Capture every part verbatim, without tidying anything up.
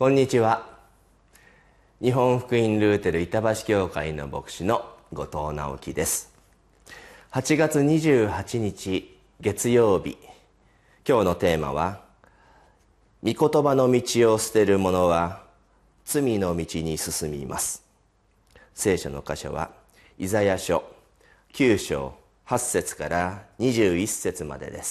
こんにちは。日本福音ルーテル板橋教会の牧師の後藤直樹です。はちがつにじゅうはちにち月曜日、今日のテーマは、御言葉の道を捨てる者は罪の道に進みます。聖書の箇所はイザヤ書きゅうしょうはちせつからにじゅういっせつまでです。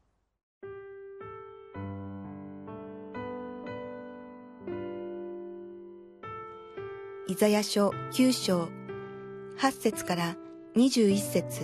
イザヤ書きゅうしょうはちせつからにじゅういっせつ。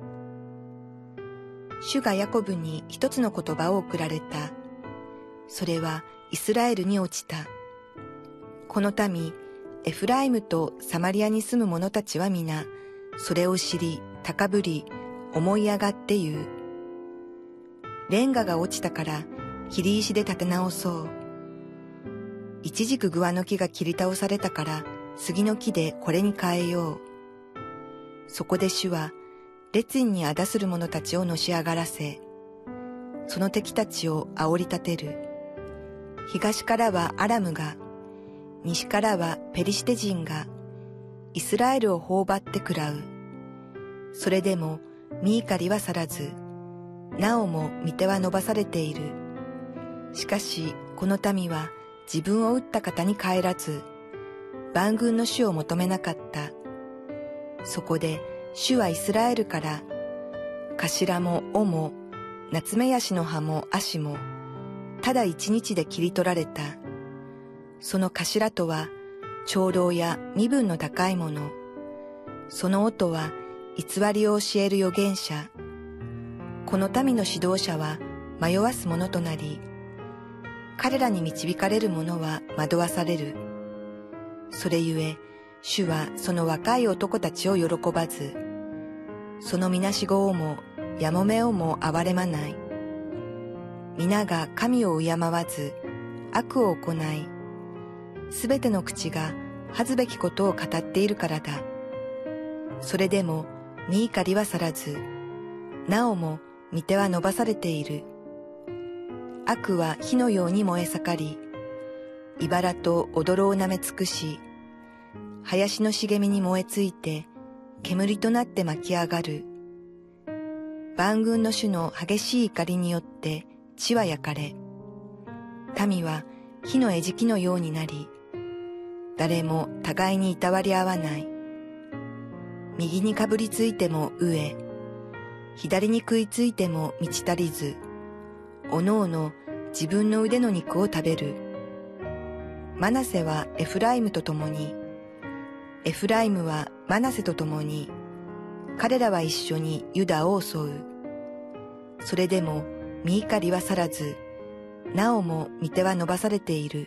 主がヤコブに一つの言葉を送られた。それはイスラエルに落ちた。この民、エフライムとサマリアに住む者たちは皆、それを知り、高ぶり、思い上がって言う。レンガが落ちたから、切り石で立て直そう。イチジクグワの木が切り倒されたから、杉の木でこれに変えよう。そこで主は、列院にあだする者たちをのし上がらせ、その敵たちを煽り立てる。東からはアラムが、西からはペリシテ人が、イスラエルを頬張って食らう。それでも、身怒りは去らず、なおも御手は伸ばされている。しかし、この民は自分を撃った方に帰らず、万軍の主を求めなかった。そこで、主はイスラエルから、頭も尾も、ナツメヤシの葉も足も、ただ一日で切り取られた。その頭とは、長老や身分の高い者。その音は、偽りを教える預言者。この民の指導者は、迷わす者となり、彼らに導かれる者は惑わされる。それゆえ、主はその若い男たちを喜ばず、そのみなしごをも、やもめをも憐れまない。皆が神を敬わず、悪を行い、すべての口が恥ずべきことを語っているからだ。それでも、身怒りは去らず、なおも御手は伸ばされている。悪は火のように燃え盛り、茨と踊をなめ尽くし、林の茂みに燃えついて、煙となって巻き上がる。万軍の主の激しい怒りによって地は焼かれ、民は火の餌食のようになり、誰も互いにいたわり合わない。右にかぶりついても飢え、左に食いついても満ち足りず、おのおの自分の腕の肉を食べる。マナセはエフライムと共に、エフライムはマナセと共に、彼らは一緒にユダを襲う。それでも身怒りは去らず、なおも御手は伸ばされている。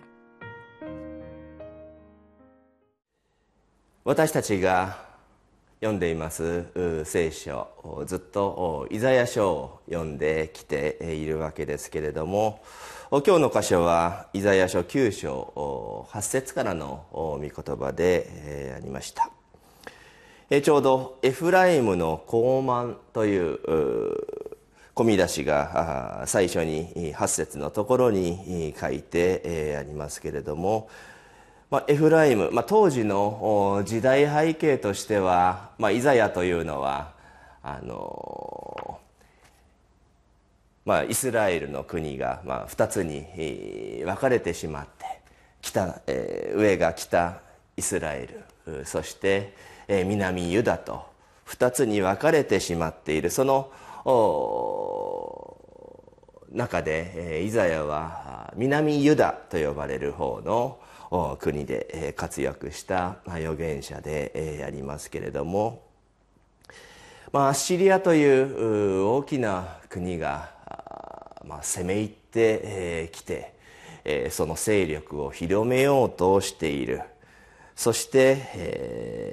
私たちが読んでいます聖書、ずっとイザヤ書を読んできているわけですけれども、今日の箇所はイザヤ書きゅうしょうはちせつからの御言葉でありました。ちょうどエフライムの高慢という込み出しが最初にはちせつのところに書いてありますけれども、まあ、エフライム、まあ、当時の時代背景としては、まあ、イザヤというのはあの、まあ、イスラエルの国が、まあ、ふたつに分かれてしまって、北、えー、上が北イスラエル、そして、えー、南ユダとふたつに分かれてしまっている、その中で、えー、イザヤは南ユダと呼ばれる方の国で活躍した預言者でありますけれども、まあ、アッシリアという大きな国が、まあ、攻め入ってきて、その勢力を広めようとしている。そして、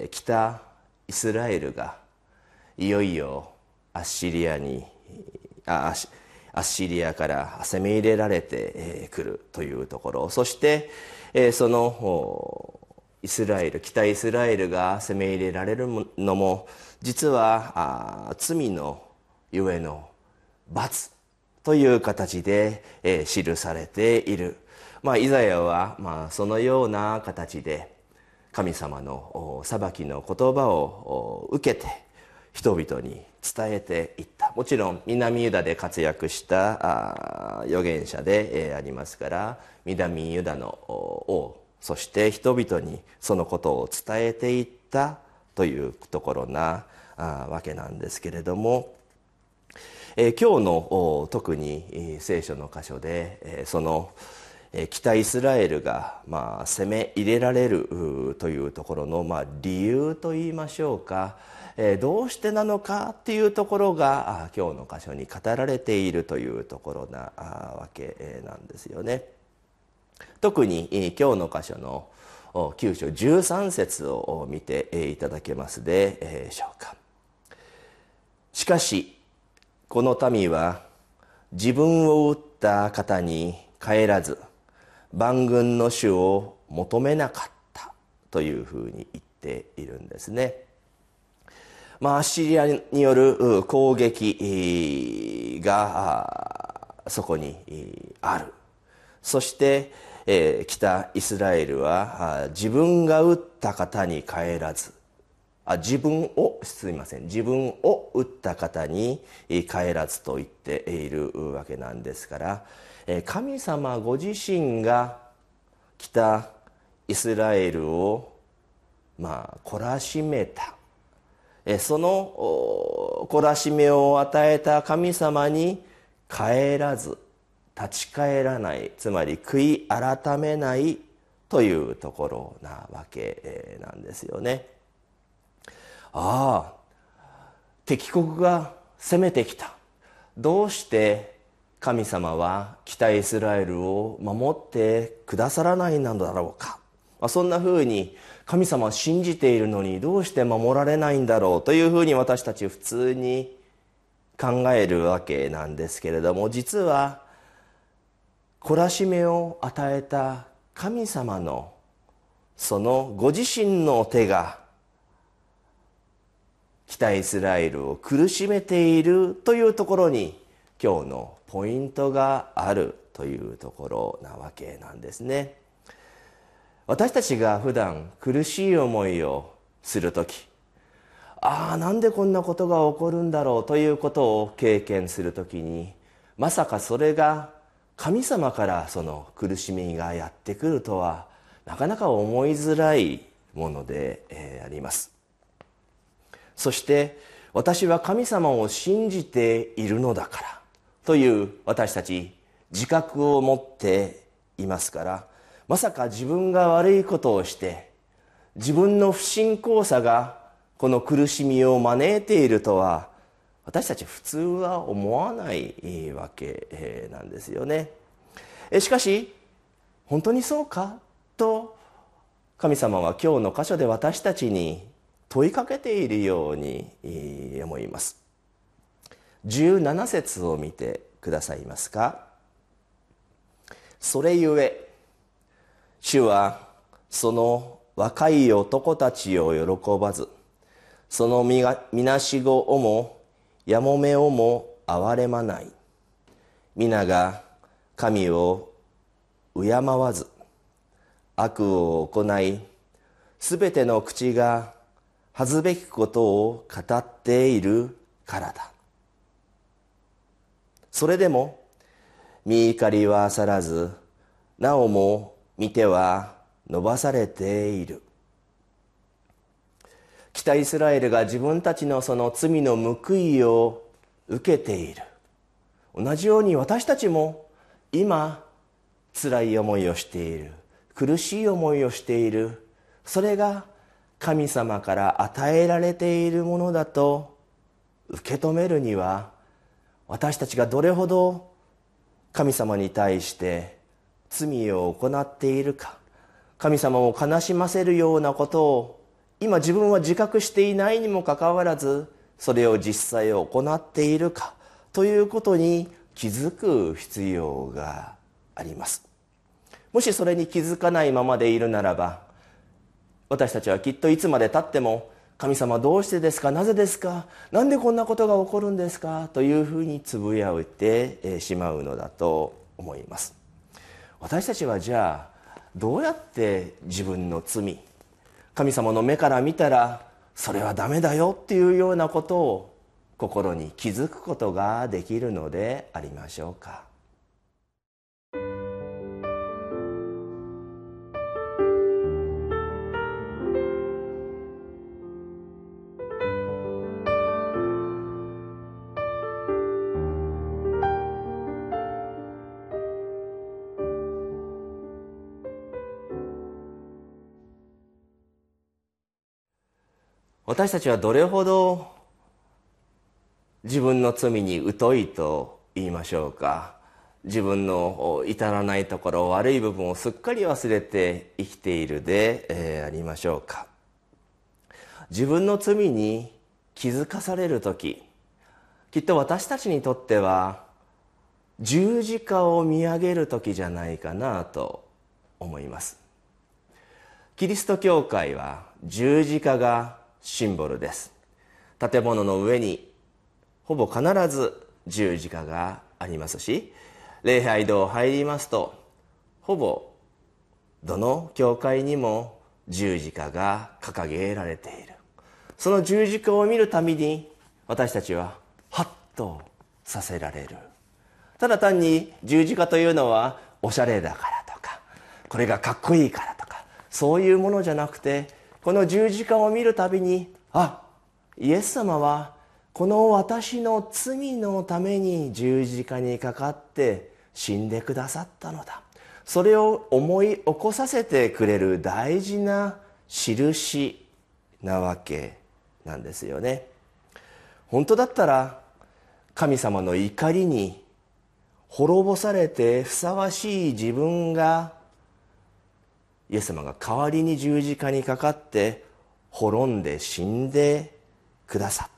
北イスラエルがいよいよアッシリアにあアッシリアから攻め入れられてくるというところ、そしてそのイスラエル北イスラエルが攻め入れられるのも実は罪のゆえの罰という形で記されている。 まあ、イザヤはまあそのような形で神様の裁きの言葉を受けて人々に伝えていった。もちろん南ユダで活躍した預言者でありますから、南ユダの王、そして人々にそのことを伝えていったというところなわけなんですけれども、今日の特に聖書の箇所でその北イスラエルがまあ攻め入れられるというところのまあ理由といいましょうか、どうしてなのかっていうところが今日の箇所に語られているというところなわけなんですよね。特に今日の箇所のきゅう章じゅうさん節を見ていただけますでしょうか。しかしこの民は自分を撃った方に帰らず万軍の主を求めなかったというふうに言っているんですね。まあ、アッシリアによる攻撃がそこにある。そして、えー、北イスラエルは自分が撃った方に帰らず、あ自分をすみません自分を撃った方に帰らずと言っているわけなんですから、神様ご自身が北イスラエルをまあ懲らしめた、その懲らしめを与えた神様に帰らず立ち返らない、つまり悔い改めないというところなわけなんですよね。ああ、敵国が攻めてきた。どうして神様は北イスラエルを守ってくださらないのだろうか。まあ、そんなふうに神様を信じているのにどうして守られないんだろうというふうに私たち普通に考えるわけなんですけれども、実は懲らしめを与えた神様のそのご自身の手が北イスラエルを苦しめているというところに今日のポイントがあるというところなわけなんですね。私たちが普段苦しい思いをするとき、ああなんでこんなことが起こるんだろうということを経験するときに、まさかそれが神様からその苦しみがやってくるとはなかなか思いづらいものであります。そして私は神様を信じているのだからという私たち自覚を持っていますから、まさか自分が悪いことをして自分の不信仰さがこの苦しみを招いているとは私たち普通は思わないわけなんですよね。しかし本当にそうかと神様は今日の箇所で私たちに問いかけているように思います。じゅうなな節を見てくださいますか。それゆえ主はその若い男たちを喜ばず、そのみなしごをもやもめをも憐れまない。皆が神を敬わず悪を行い、すべての口が恥ずべきことを語っているからだ。それでも身怒りは去らず、なおも御手は伸ばされている。北イスラエルが自分たちのその罪の報いを受けている。同じように私たちも今辛い思いをしている、苦しい思いをしている。それが神様から与えられているものだと受け止めるには、私たちがどれほど神様に対して罪を行っているか、神様を悲しませるようなことを今自分は自覚していないにもかかわらず、それを実際行っているかということに気づく必要があります。もしそれに気づかないままでいるならば、私たちはきっといつまで経っても、神様どうしてですか、なぜですか、なんでこんなことが起こるんですかというふうにつぶやいてしまうのだと思います。 私たちはじゃあどうやって自分の罪、神様の目から見たらそれはダメだよっていうようなことを心に気づくことができるのでありましょうか。私たちはどれほど自分の罪に疎いと言いましょうか、自分の至らないところ、悪い部分をすっかり忘れて生きているで、えー、ありましょうか。自分の罪に気づかされるとき、きっと私たちにとっては十字架を見上げるときじゃないかなと思います。キリスト教会は十字架がシンボルです。建物の上にほぼ必ず十字架がありますし、礼拝堂入りますとほぼどの教会にも十字架が掲げられている。その十字架を見るたびに私たちはハッとさせられる。ただ単に十字架というのはおしゃれだからとか、これがかっこいいからとか、そういうものじゃなくて、この十字架を見るたびに、あ、イエス様はこの私の罪のために十字架にかかって死んでくださったのだ。それを思い起こさせてくれる大事な印なわけなんですよね。本当だったら神様の怒りに滅ぼされてふさわしい自分が、イエス様が代わりに十字架にかかって滅んで死んでくださった。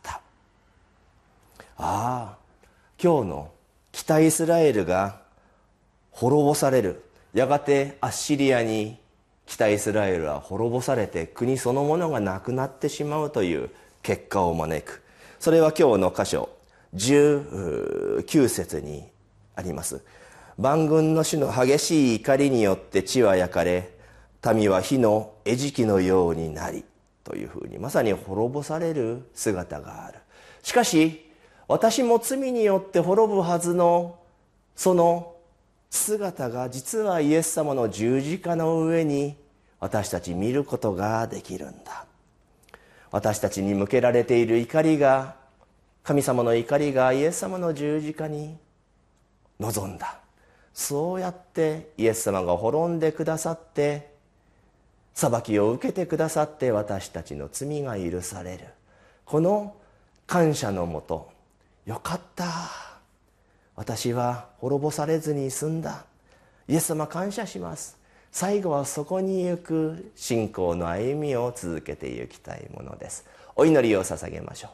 ああ、今日の北イスラエルが滅ぼされる、やがてアッシリアに北イスラエルは滅ぼされて国そのものがなくなってしまうという結果を招く。それは今日の箇所じゅうきゅう節にあります。万軍の主の激しい怒りによって地は焼かれ、民は火の餌食のようになり、というふうにまさに滅ぼされる姿がある。しかし私も罪によって滅ぶはずのその姿が、実はイエス様の十字架の上に私たち見ることができるんだ。私たちに向けられている怒りが、神様の怒りがイエス様の十字架に臨んだ。そうやってイエス様が滅んでくださって、裁きを受けてくださって、私たちの罪が許される。この感謝のもと、よかった、私は滅ぼされずに済んだ、イエス様感謝します。最後はそこに行く信仰の歩みを続けていきたいものです。お祈りを捧げましょう。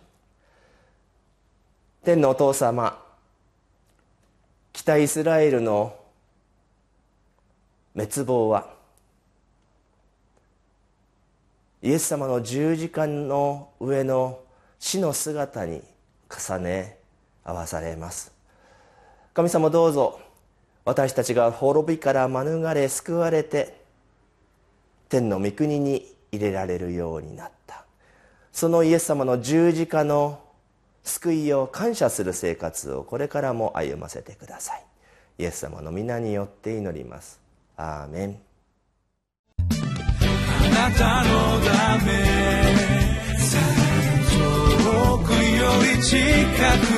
天のお父様、北イスラエルの滅亡はイエス様の十字架の上の死の姿に重ね合わされます。神様、どうぞ私たちが滅びから免れ救われて天の御国に入れられるようになった、そのイエス様の十字架の救いを感謝する生活をこれからも歩ませてください。イエス様の皆によって祈ります。アーメン。あなたのため遠くより近く